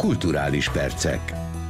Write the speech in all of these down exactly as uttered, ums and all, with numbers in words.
Kulturális percek.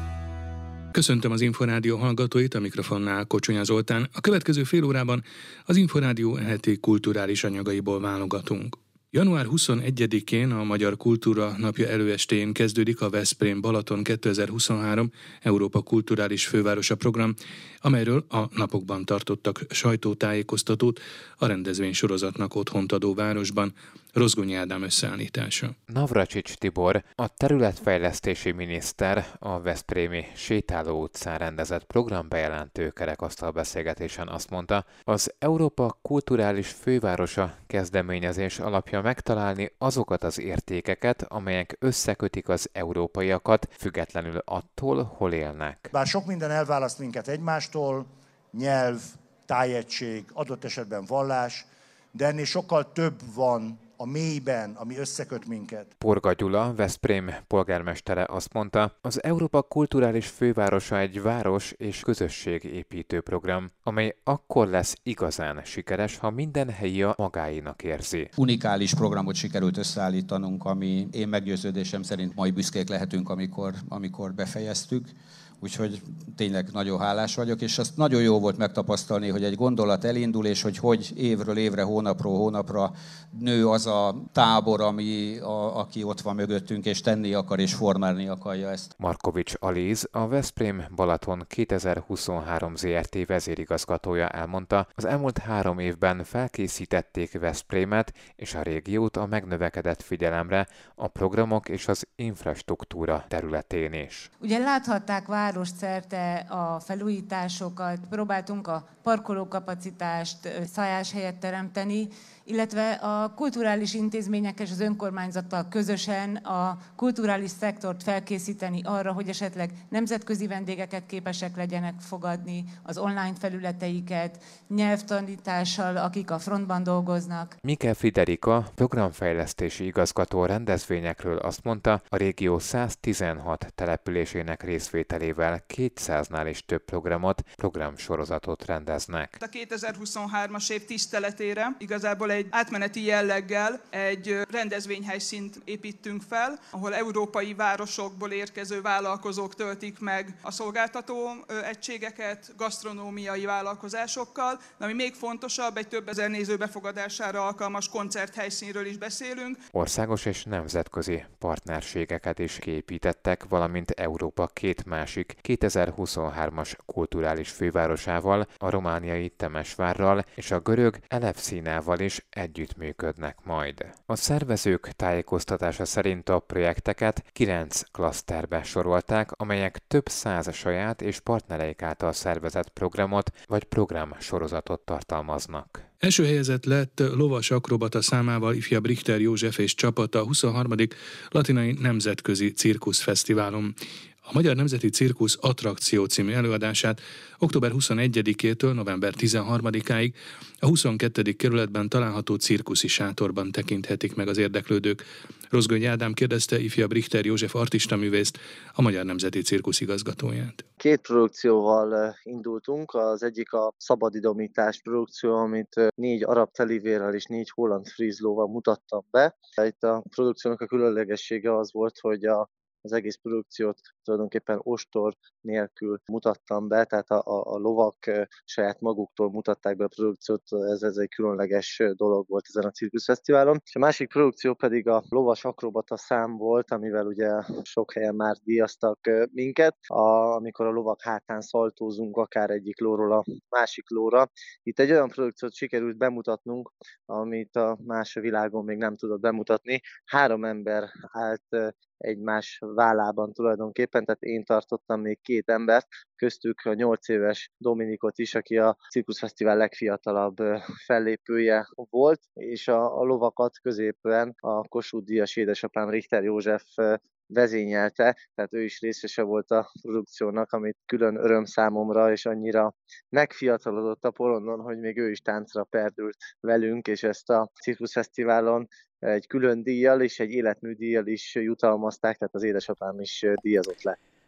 Köszöntöm az Inforádió hallgatóit, a mikrofonnál Kocsonya Zoltán. A következő fél órában az Inforádió heti kulturális anyagaiból válogatunk. január huszonegyedikén a Magyar Kultúra Napja előestéjén kezdődik a Veszprém Balaton kétezer-huszonhárom Európa Kulturális Fővárosa program, amelyről a napokban tartottak sajtótájékoztatót a rendezvénysorozatnak otthont adó városban. Rozgonyi Ádám összeállítása. Navracsics Tibor, a területfejlesztési miniszter a veszprémi Sétáló utcán rendezett programbejelentő kerekasztal beszélgetésen azt mondta, az Európa Kulturális Fővárosa kezdeményezés alapja megtalálni azokat az értékeket, amelyek összekötik az európaiakat, függetlenül attól, hol élnek. Bár sok minden elválaszt minket egymástól, nyelv, tájegység, adott esetben vallás, de ennél sokkal több van a mélyben, ami összeköt minket. Porga Gyula, Veszprém polgármestere azt mondta, az Európa Kulturális Fővárosa egy város- és közösségépítő program, amely akkor lesz igazán sikeres, ha minden helyi a magáénak érzi. Unikális programot sikerült összeállítanunk, ami én meggyőződésem szerint majd büszkék lehetünk, amikor, amikor befejeztük. Úgyhogy tényleg nagyon hálás vagyok, és azt nagyon jó volt megtapasztalni, hogy egy gondolat elindul, és hogy hogy évről évre, hónapról hónapra nő az a tábor, ami, a, aki ott van mögöttünk, és tenni akar, és formálni akarja ezt. Markovics Alíz, a Veszprém Balaton kétezer-huszonhárom zé er té vezérigazgatója elmondta, az elmúlt három évben felkészítették Veszprémet és a régiót a megnövekedett figyelemre a programok és az infrastruktúra területén is. Ugye láthatták városszerte a felújításokat, próbáltunk a parkolókapacitást, szálláshelyet teremteni, illetve a kulturális intézmények és az önkormányzattal közösen a kulturális szektort felkészíteni arra, hogy esetleg nemzetközi vendégeket képesek legyenek fogadni, az online felületeiket, nyelvtanítással, akik a frontban dolgoznak. Mikel Friderika, programfejlesztési igazgató rendezvényekről azt mondta, a régió száztizenhat településének részvételével kétszáznál is több programot, programsorozatot rendeznek. A kétezer-huszonhármas év tiszteletére igazából egy átmeneti jelleggel egy rendezvényhelyszínt építünk fel, ahol európai városokból érkező vállalkozók töltik meg a szolgáltató egységeket gasztronómiai vállalkozásokkal, de ami még fontosabb, egy több ezer néző befogadására alkalmas koncerthelyszínről is beszélünk. Országos és nemzetközi partnerségeket is kiépítettek, valamint Európa két másik kétezer-huszonhármas kulturális fővárosával, a romániai Temesvárral és a görög Elefszínával is együttműködnek majd. A szervezők tájékoztatása szerint a projekteket kilenc klaszterbe sorolták, amelyek több száz saját és partnereik által szervezett programot vagy programsorozatot tartalmaznak. Első helyezett lett lovas akrobata számával ifjabb Richter József és csapata a huszonharmadik Latinai Nemzetközi Cirkuszfesztiválon. A Magyar Nemzeti Cirkusz Attrakció című előadását október huszonegyedikétől november tizenharmadikáig a huszonkettedik kerületben található cirkuszi sátorban tekinthetik meg az érdeklődők. Rozgonyi Ádám kérdezte ifjabb Richter József artistaművészt, a Magyar Nemzeti Cirkusz igazgatóját. Két produkcióval indultunk, az egyik a szabadidomítás produkció, amit négy arab telivérrel és négy holland frízlóval mutattam be. Itt a produkciónak a különlegessége az volt, hogy a az egész produkciót tulajdonképpen ostor nélkül mutattam be, tehát a, a, a lovak saját maguktól mutatták be a produkciót, ez, ez egy különleges dolog volt ezen a cirkuszfesztiválon. És a másik produkció pedig a lovas akrobata szám volt, amivel ugye sok helyen már díjaztak minket, a, amikor a lovak hátán szaltózunk akár egyik lóról a másik lóra. Itt egy olyan produkciót sikerült bemutatnunk, amit a más világon még nem tudott bemutatni. Három ember állt egymás vállában tulajdonképpen, tehát én tartottam még két embert, köztük a nyolc éves Dominikot is, aki a Cirkuszfesztivál legfiatalabb fellépője volt, és a, a lovakat középen a Kossuth Díjas édesapám Richter József vezényelte, tehát ő is részese volt a produkciónak, amit külön öröm számomra, és annyira megfiatalodott a porondon, hogy még ő is táncra perdült velünk, és ezt a Cirkuszfesztiválon egy külön díjjal és egy életműdíjjal is jutalmazták, tehát az édesapám is díjazott lett.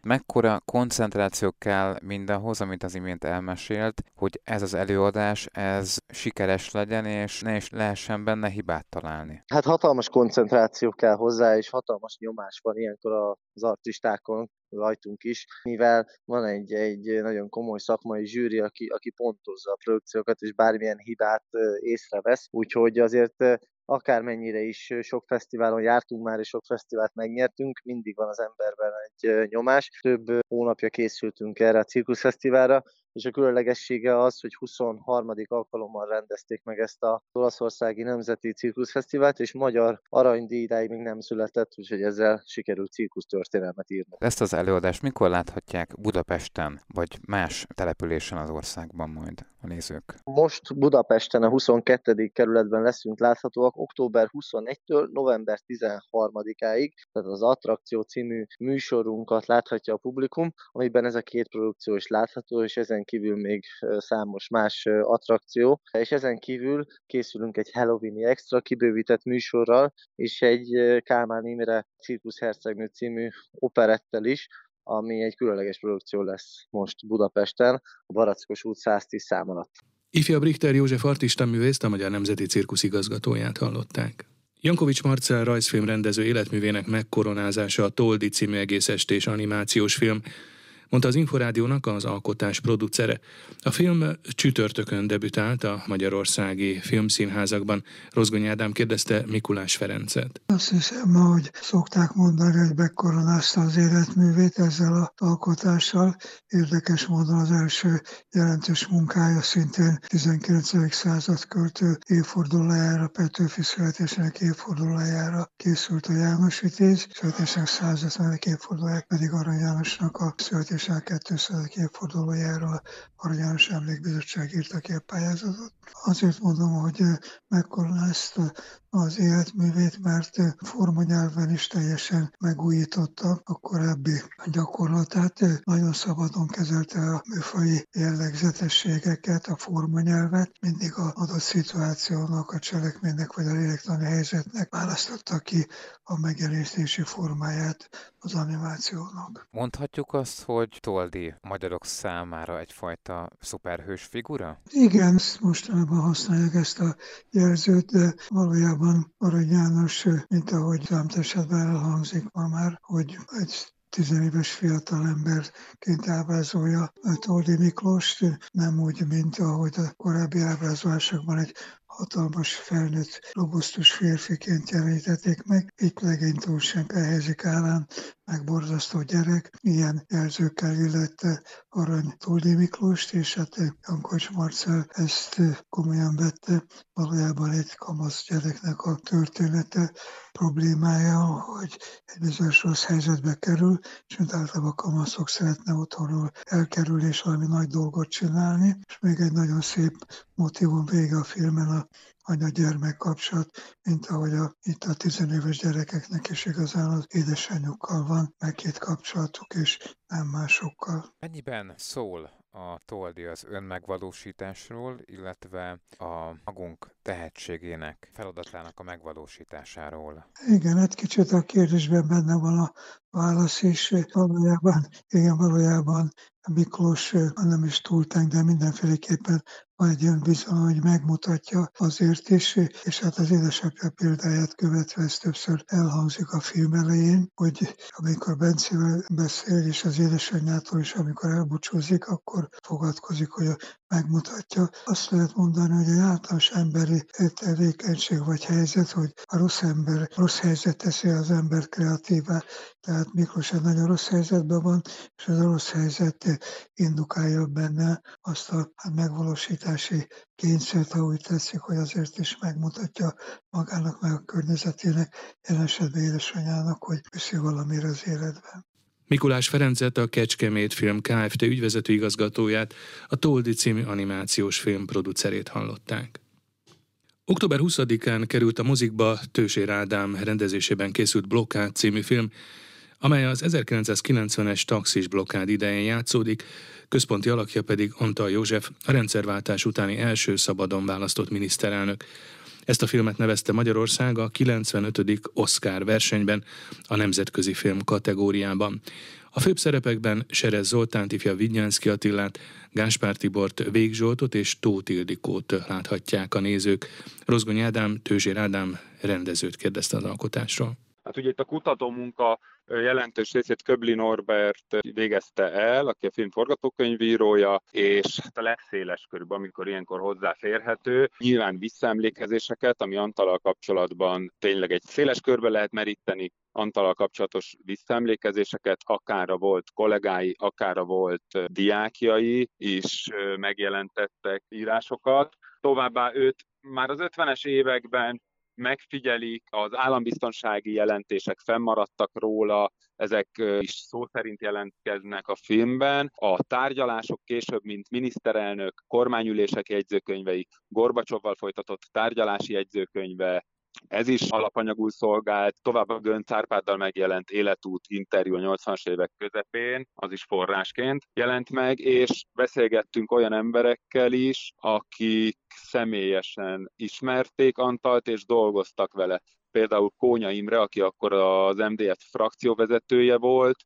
Mekkora koncentráció kell mindenhoz, amit az imént elmesélt, hogy ez az előadás, ez sikeres legyen, és ne is lehessen benne hibát találni? Hát hatalmas koncentráció kell hozzá, és hatalmas nyomás van ilyenkor az artistákon, rajtunk is, mivel van egy, egy nagyon komoly szakmai zsűri, aki, aki pontozza a produkciókat, és bármilyen hibát észrevesz, úgyhogy azért akármennyire is sok fesztiválon jártunk már, és sok fesztivált megnyertünk, mindig van az emberben egy nyomás. Több hónapja készültünk erre a cirkuszfesztiválra, és a különlegessége az, hogy huszonharmadik alkalommal rendezték meg ezt az olaszországi nemzeti cirkuszfesztivált, és magyar aranydíj idáig még nem született, úgyhogy ezzel sikerült cirkusztörténelmet írni. Ezt az előadást mikor láthatják Budapesten, vagy más településen az országban majd a nézők? Most Budapesten a huszonkettedik kerületben leszünk láthatóak október huszonegyedikétől november tizenharmadikáig, tehát az Attrakció című műsorunkat láthatja a publikum, amiben ez a két produkció is látható, és ezen kívül még számos más attrakció, és ezen kívül készülünk egy Halloweeni extra kibővített műsorral, és egy Kálmán Imre Cirkuszhercegnő című operettel is, ami egy különleges produkció lesz most Budapesten, a Barackos út száztíz szám alatt. Ifjabb Richter József artistaművészt, a Magyar Nemzeti Cirkusz igazgatóját hallották. Jankovics Marcell rajzfilmrendező életművének megkoronázása a Toldi című egészestés animációs film, mondta az Inforádiónak az alkotás producere. A film csütörtökön debütált a magyarországi filmszínházakban. Rozgony Ádám kérdezte Mikulás Ferencet. Azt hiszem, ahogy szokták mondani, hogy megkoronázta az életművét ezzel az alkotással. Érdekes módon az első jelentős munkája szintén tizenkilencedik század költő évfordulójára, Petőfi születésének évfordulójára készült a János Vitéz, születésének százötvenedik évfordulójára pedig Arany Jánosnak a születésének kétszázadik évfordulójára Arany János Emlékbizottság írta ki a pályázatot. Azért mondom, hogy megkoronázta az életművét, mert formanyelven is teljesen megújította a korábbi gyakorlatát. Nagyon szabadon kezelte a műfaji jellegzetességeket, a formanyelvet, mindig az adott szituációnak, a cselekménynek vagy a lélektani helyzetnek választotta ki a megjelenítési formáját az animációnak. Mondhatjuk azt, hogy Toldi magyarok számára egyfajta szuperhős figura? Igen, mostanában használják ezt a jelzőt, de valójában Arany János, mint ahogy számos esetben elhangzik ma már, hogy egy tizenéves fiatalemberként ábrázolja Toldi Miklóst, nem úgy, mint ahogy a korábbi ábrázolásokban egy hatalmas, felnőtt, robusztus férfiként jelenítették meg. Itt legénytől sem helyezik állán, meg borzasztó gyerek. Ilyen jelzőkkel illette Arany Toldi Miklóst, és hát Jankovics Marcell ezt komolyan vette. Valójában egy kamasz gyereknek a története, problémája, hogy egy bizonyos rossz helyzetbe kerül, és mint általában a kamaszok szeretne otthonról elkerülni és valami nagy dolgot csinálni. És még egy nagyon szép motívum vége a filmen a anya-gyermek kapcsolat, mint ahogy a, itt a tizenéves gyerekeknek is igazán az édesanyjukkal van meg két kapcsolatuk, és nem másokkal. Mennyiben szól a Toldi az önmegvalósításról, illetve a magunk tehetségének, feladatának a megvalósításáról? Igen, egy kicsit a kérdésben benne van a válasz is. Valójában, igen, valójában Miklós nem is túltánk, de mindenféleképpen van egy önbizalom, hogy megmutatja azért is, és hát az édesapja példáját követve ez többször elhangzik a film elején, hogy amikor Bencével beszél, és az édesanyjától is, amikor elbúcsúzik, akkor fogadkozik, hogy megmutatja. Azt lehet mondani, hogy egy általános emberi tevékenység vagy helyzet, hogy a rossz ember, rossz helyzet teszi az ember kreatívá. Tehát Miklós egy nagyon rossz helyzetben van, és az a rossz helyzet indukálja benne azt a megvalósítási kényszert, ha úgy tetszik, hogy azért is megmutatja magának meg a környezetének, jelen esetben édesanyjának, hogy viszi valamire az életben. Mikulás Ferencet, a Kecskemét Film Kft. Ügyvezető igazgatóját, a Toldi című animációs film producerét hallották. október huszadikán került a mozikba Tősér Ádám rendezésében készült Blokkád című film, amely az ezerkilencszázkilencvenes taxis blokkád idején játszódik, központi alakja pedig Antal József, a rendszerváltás utáni első szabadon választott miniszterelnök. Ezt a filmet nevezte Magyarország a kilencvenötödik Oscar versenyben a nemzetközi film kategóriában. A főbb szerepekben Serez Zoltánt, ifja Vignyánszky Attilát, Gáspár Tibort, Vég Zsoltot és Tóth Ildikót láthatják a nézők. Rozgony Ádám, Tőzsér Ádám rendezőt kérdezte az alkotásról. Hát ugye itt a kutatómunka jelentős részét Köbli Norbert végezte el, aki a film forgatókönyvírója, és hát a legszéles körülbelül, amikor ilyenkor hozzáférhető, nyilván visszaemlékezéseket, ami Antallal kapcsolatban tényleg egy széles körbe lehet meríteni, Antallal kapcsolatos visszaemlékezéseket, akár a volt kollégái, akár a volt diákjai is megjelentettek írásokat. Továbbá őt már az ötvenes években megfigyelik, az állambiztonsági jelentések fennmaradtak róla, ezek is szó szerint jelentkeznek a filmben. A tárgyalások később, mint miniszterelnök, kormányülések jegyzőkönyvei, Gorbacsovval folytatott tárgyalási jegyzőkönyve, ez is alapanyagul szolgált, továbbá Göncz Árpáddal megjelent életút interjú a nyolcvanas évek közepén, az is forrásként jelent meg, és beszélgettünk olyan emberekkel is, akik személyesen ismerték Antallt és dolgoztak vele. Például Kónya Imre, aki akkor az em dé ef frakcióvezetője volt,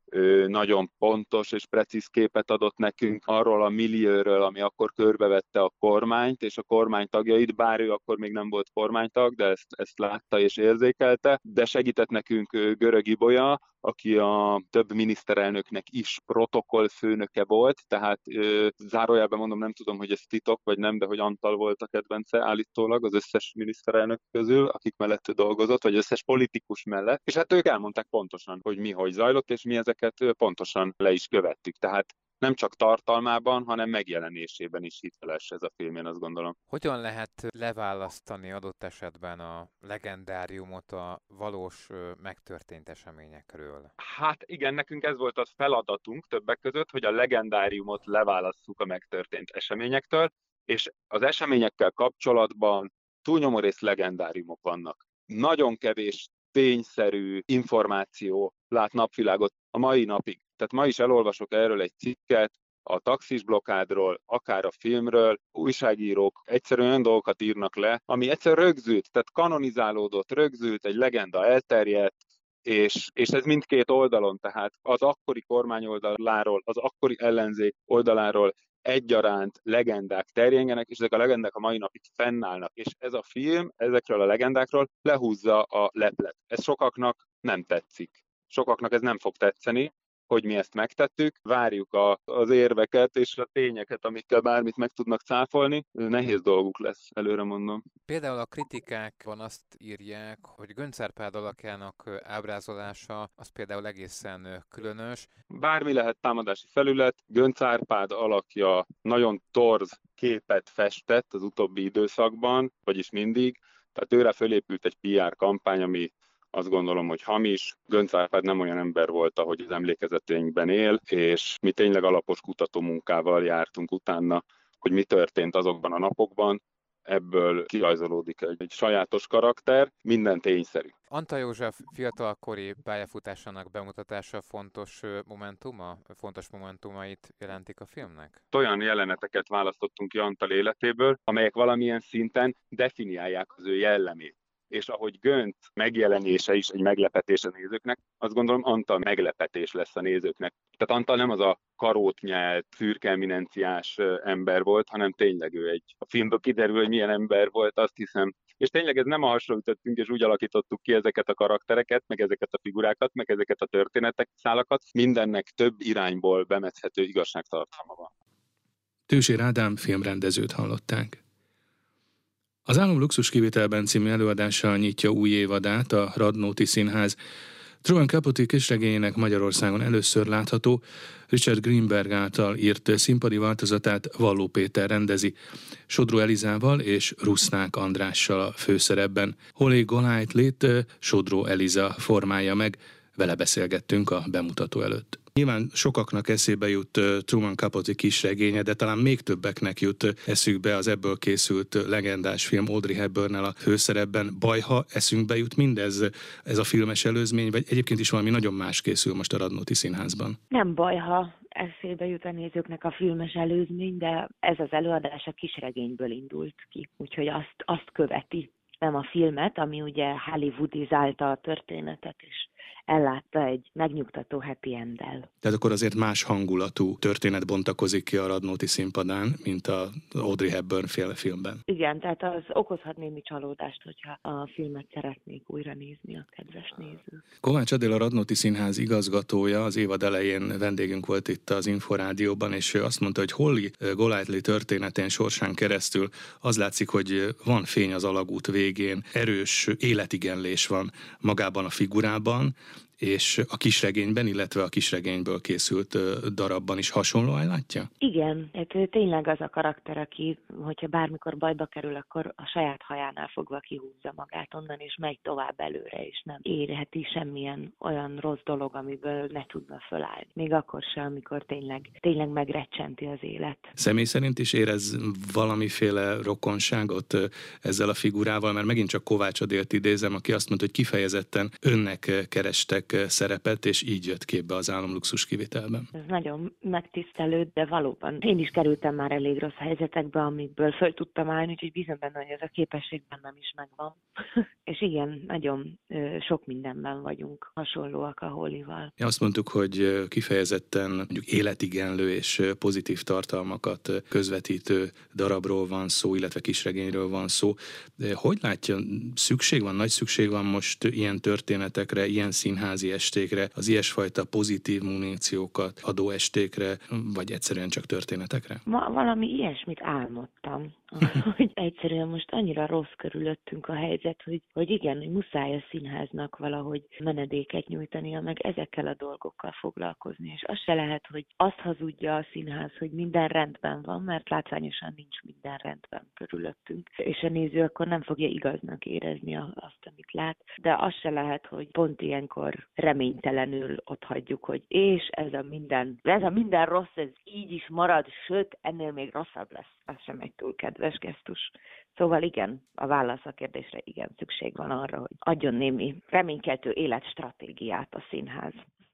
ő nagyon pontos és precíz képet adott nekünk arról a millióről, ami akkor körbevette a kormányt és a kormány tagjait, bár ő akkor még nem volt kormánytag, de ezt, ezt látta és érzékelte, de segített nekünk Görög Ibolya, aki a több miniszterelnöknek is protokollfőnöke volt, tehát ö, zárójelben mondom, nem tudom, hogy ez titok vagy nem, de hogy Antall volt a kedvence állítólag az összes miniszterelnök közül, akik mellett ő dolgozott, vagy összes politikus mellett, és hát ők elmondták pontosan, hogy mi hogy zajlott, és mi ezeket pontosan le is követtük. Tehát nem csak tartalmában, hanem megjelenésében is hiteles ez a film, én azt gondolom. Hogyan lehet leválasztani adott esetben a legendáriumot a valós megtörtént eseményekről? Hát igen, nekünk ez volt a feladatunk többek között, hogy a legendáriumot leválasszuk a megtörtént eseményektől, és az eseményekkel kapcsolatban túlnyomórészt legendáriumok vannak. Nagyon kevés tényszerű információ lát napvilágot a mai napig. Tehát ma is elolvasok erről egy cikket, a taxis blokkádról, akár a filmről, újságírók egyszerűen olyan dolgokat írnak le, ami egyszer rögzült, tehát kanonizálódott, rögzült, egy legenda elterjedt, és, és ez mindkét oldalon, tehát az akkori kormány oldaláról, az akkori ellenzék oldaláról egyaránt legendák terjengenek, és ezek a legendák a mai napig fennállnak, és ez a film ezekről a legendákról lehúzza a leplet. Ez sokaknak nem tetszik. Sokaknak ez nem fog tetszeni, hogy mi ezt megtettük, várjuk a, az érveket és a tényeket, amikkel bármit meg tudnak cáfolni. Nehéz dolguk lesz, előre mondom. Például a kritikákban azt írják, hogy Göncz Árpád alakjának ábrázolása az például egészen különös. Bármi lehet támadási felület, Göncz Árpád alakja nagyon torz képet festett az utóbbi időszakban, vagyis mindig, tehát őre fölépült egy pé er kampány, ami azt gondolom, hogy hamis. Göncz Árpád nem olyan ember volt, ahogy az emlékezeteinkben él, és mi tényleg alapos kutatómunkával jártunk utána, hogy mi történt azokban a napokban. Ebből kirajzolódik egy, egy sajátos karakter, minden tényszerű. Antall József fiatalkori pályafutásának bemutatása fontos momentuma, fontos momentumait jelentik a filmnek? Olyan jeleneteket választottunk ki Antall életéből, amelyek valamilyen szinten definiálják az ő jellemét. És ahogy Göncz megjelenése is egy meglepetés a nézőknek, azt gondolom Antall meglepetés lesz a nézőknek. Tehát Antall nem az a karót nyelt, szürke eminenciás ember volt, hanem tényleg ő egy. A filmből kiderül, hogy milyen ember volt, azt hiszem. És tényleg ez nem a hasra ütöttünk, és úgy alakítottuk ki ezeket a karaktereket, meg ezeket a figurákat, meg ezeket a történetek, szálakat. Mindennek több irányból bemethető igazságtartalma van. Tőzsér Ádám filmrendezőt hallották. Az Álom luxus kivételben című előadással nyitja új évadát a Radnóti Színház. Truman Capote kisregényének Magyarországon először látható, Richard Greenberg által írt színpadi változatát Valló Péter rendezi, Sodró Elizával és Rusznák Andrással a főszerepben. Holé Golightlyt Sodró Eliza formálja meg, vele beszélgettünk a bemutató előtt. Nyilván sokaknak eszébe jut Truman Capote kisregénye, de talán még többeknek jut eszükbe az ebből készült legendás film Audrey Hepburnnel a főszerepben. Baj, ha eszünkbe jut mindez, ez a filmes előzmény, vagy egyébként is valami nagyon más készül most a Radnóti Színházban? Nem baj, ha eszébe jut a nézőknek a filmes előzmény, de ez az előadás a kisregényből indult ki, úgyhogy azt, azt követi. nem a filmet, ami ugye hollywoodizálta a történetet, és ellátta egy megnyugtató happy enddel. Tehát akkor azért más hangulatú történet bontakozik ki a Radnóti színpadán, mint a Audrey Hepburn féle filmben. Igen, tehát az okozhat némi csalódást, hogyha a filmet szeretnék újra nézni a kedves nézők. Kovács Adél, a Radnóti Színház igazgatója az évad elején vendégünk volt itt az Inforádióban, és ő azt mondta, hogy Holly Golightly történetén sorsán keresztül az látszik, hogy van fény az alagút végén, erős életigenlés van magában a figurában, és a kisregényben, illetve a kisregényből készült darabban is hasonlóan látja? Igen, hát tényleg az a karakter, aki, hogyha bármikor bajba kerül, akkor a saját hajánál fogva kihúzza magát onnan, és megy tovább előre, és nem érheti semmilyen olyan rossz dolog, amiből ne tudna fölállni. Még akkor sem, amikor tényleg, tényleg megrecsenti az élet. Személy szerint is érez valamiféle rokonságot ezzel a figurával, mert megint csak Kovács Adélt idézem, aki azt mondta, hogy kifejezetten önnek kerestek szerepet, és így jött képbe az Álomluxus kivitelben. Ez nagyon megtisztelő, de valóban én is kerültem már elég rossz helyzetekbe, amikből föl tudtam állni, úgyhogy bízom benne, hogy ez a képesség bennem is megvan. És igen, nagyon sok mindenben vagyunk hasonlóak a Hollyval. Azt mondtuk, hogy kifejezetten mondjuk életigenlő és pozitív tartalmakat közvetítő darabról van szó, illetve kisregényről van szó. De hogy látja, szükség van, nagy szükség van most ilyen történetekre, ilyen színház estékre, az ilyesfajta pozitív muníciókat adó estékre, vagy egyszerűen csak történetekre? Ma valami ilyesmit álmodtam, hogy egyszerűen most annyira rossz körülöttünk a helyzet, hogy, hogy igen, hogy muszáj a színháznak valahogy menedéket nyújtania, meg ezekkel a dolgokkal foglalkozni, és az se lehet, hogy azt hazudja a színház, hogy minden rendben van, mert látványosan nincs minden rendben körülöttünk, és a néző akkor nem fogja igaznak érezni azt, amit lát, de az se lehet, hogy pont ilyenkor reménytelenül ott hagyjuk, hogy és ez a minden, ez a minden rossz, ez így is marad, sőt, ennél még rosszabb lesz. Az sem egy túl kedves gesztus. Szóval igen, a válasz a kérdésre igen, szükség van arra, hogy adjon némi reménykeltő életstratégiát a színház.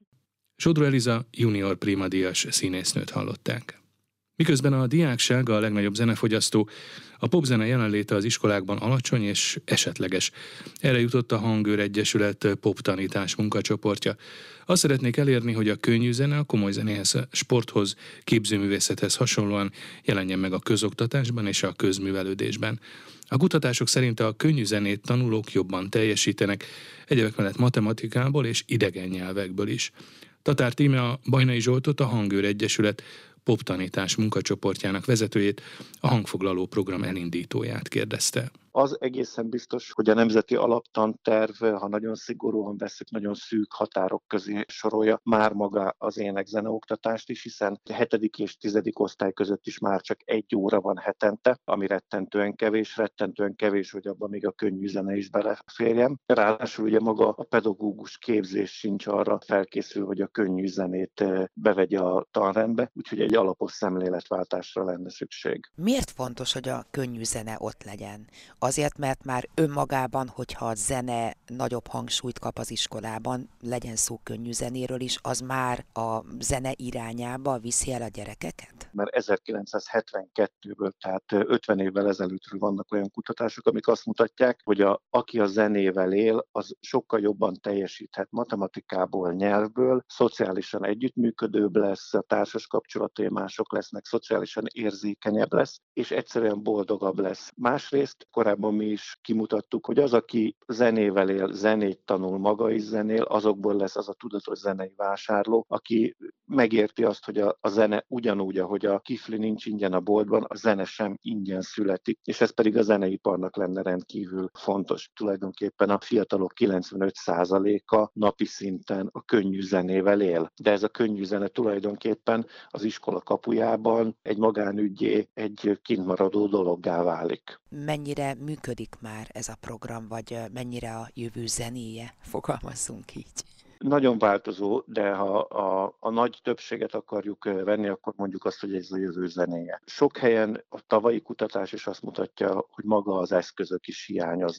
Sodró Eliza junior primadíjas színésznőt hallották. Miközben a diákság a legnagyobb zenefogyasztó, a popzene jelenléte az iskolákban alacsony és esetleges. Erre jutott a Hangőr Egyesület poptanítás munkacsoportja. Azt szeretnék elérni, hogy a könnyű zene a komoly zenéhez, sporthoz, képzőművészethez hasonlóan jelenjen meg a közoktatásban és a közművelődésben. A kutatások szerint a könnyű zenét tanulók jobban teljesítenek, egyebek mellett matematikából és idegen nyelvekből is. Tatár Tíme a Bajnai Zsoltot, a Hangőr Egyesület poptanítás munkacsoportjának vezetőjét, a hangfoglaló program elindítóját kérdezte. Az egészen biztos, hogy a nemzeti alaptanterv, ha nagyon szigorúan veszük, nagyon szűk határok közé sorolja már maga az énekzeneoktatást is, hiszen a hetedik és tizedik osztály között is már csak egy óra van hetente, ami rettentően kevés, rettentően kevés, hogy abban még a könnyű zene is beleférjen. Ráadásul ugye maga a pedagógus képzés sincs arra felkészül, hogy a könnyű zenét bevegye a tanrendbe, úgyhogy egy alapos szemléletváltásra lenne szükség. Miért fontos, hogy a könnyű zene ott legyen? Azért, mert már önmagában, hogyha a zene nagyobb hangsúlyt kap az iskolában, legyen szó könnyű zenéről is, az már a zene irányába viszi el a gyerekeket? Mert ezerkilencszázhetvenkettőből, tehát ötven évvel ezelőttről vannak olyan kutatások, amik azt mutatják, hogy a, aki a zenével él, az sokkal jobban teljesíthet matematikából, nyelvből, szociálisan együttműködőbb lesz, a társas kapcsolatai mások lesznek, szociálisan érzékenyebb lesz, és egyszerűen boldogabb lesz. Másrészt korábban mi is kimutattuk, hogy az, aki zenével él, zenét tanul, maga is zenél, azokból lesz az a tudatos zenei vásárló, aki megérti azt, hogy a, a zene ugyanúgy, ahogy a kifli nincs ingyen a boltban, a zene sem ingyen születik, és ez pedig a zeneiparnak lenne rendkívül fontos. Tulajdonképpen a fiatalok kilencvenöt százaléka napi szinten a könnyű zenével él, de ez a könnyű zene tulajdonképpen az iskola kapujában egy magánügyé, egy kintmaradó dologgá válik. Mennyire működik már ez a program, vagy mennyire a jövő zenéje, fogalmazzunk így? Nagyon változó, de ha a, a nagy többséget akarjuk venni, akkor mondjuk azt, hogy ez a jövő zenéje. Sok helyen a tavalyi kutatás is azt mutatja, hogy maga az eszközök is hiányoznak.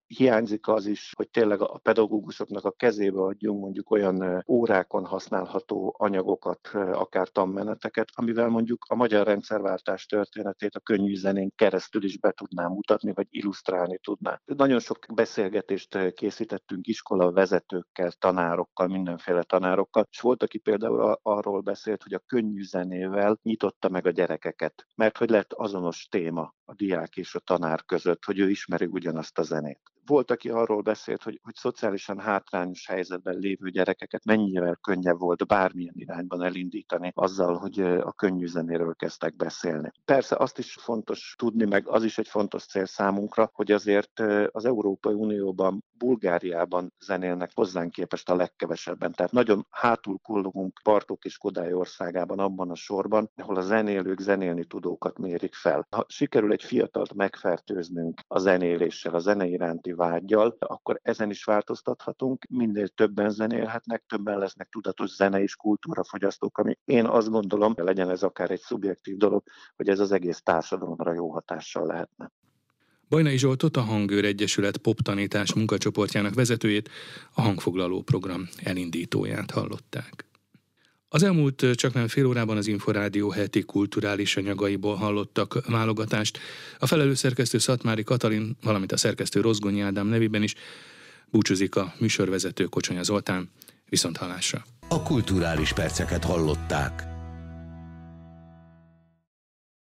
hiányzik az is, hogy tényleg a pedagógusoknak a kezébe adjunk mondjuk olyan órákon használható anyagokat, akár tanmeneteket, amivel mondjuk a magyar rendszerváltás történetét a könnyű zenén keresztül is be tudná mutatni, vagy illusztrálni tudná. Nagyon sok beszélgetést készítettünk iskola vezetőkkel, tanárokkal, mindenféle tanárokkal, és volt, aki például arról beszélt, hogy a könnyű zenével nyitotta meg a gyerekeket, mert hogy lett azonos téma a diák és a tanár között, hogy ő ismeri ugyanazt a zenét. Volt, aki arról beszélt, hogy, hogy szociálisan hátrányos helyzetben lévő gyerekeket mennyivel könnyebb volt bármilyen irányban elindítani azzal, hogy a könnyű zenéről kezdtek beszélni. Persze azt is fontos tudni, meg az is egy fontos cél számunkra, hogy azért az Európai Unióban, Bulgáriában zenélnek hozzánk képest a legkevesebben. Tehát nagyon hátul kullogunk Bartók és Kodály országában abban a sorban, ahol a zenélők zenélni tudókat mérik fel. Ha sikerül egy fiatalt megfertőznünk a zenéléssel, a zene iránti vággyal, akkor ezen is változtathatunk, minél többen zenélhetnek, többen lesznek tudatos zene és kultúrafogyasztók, ami én azt gondolom, legyen ez akár egy szubjektív dolog, hogy ez az egész társadalomra jó hatással lehetne. Bajnai Zsoltot, a Hangőr Egyesület poptanítás munkacsoportjának vezetőjét, a hangfoglaló program elindítóját hallották. Az elmúlt csaknem fél órában az Inforádió heti kulturális anyagaiból hallottak válogatást. A felelős szerkesztő Szatmári Katalin, valamint a szerkesztő Rozgonyi Ádám nevében is búcsúzik a műsorvezető Kocsonya Zoltán. Viszonthallásra. A kulturális perceket hallották.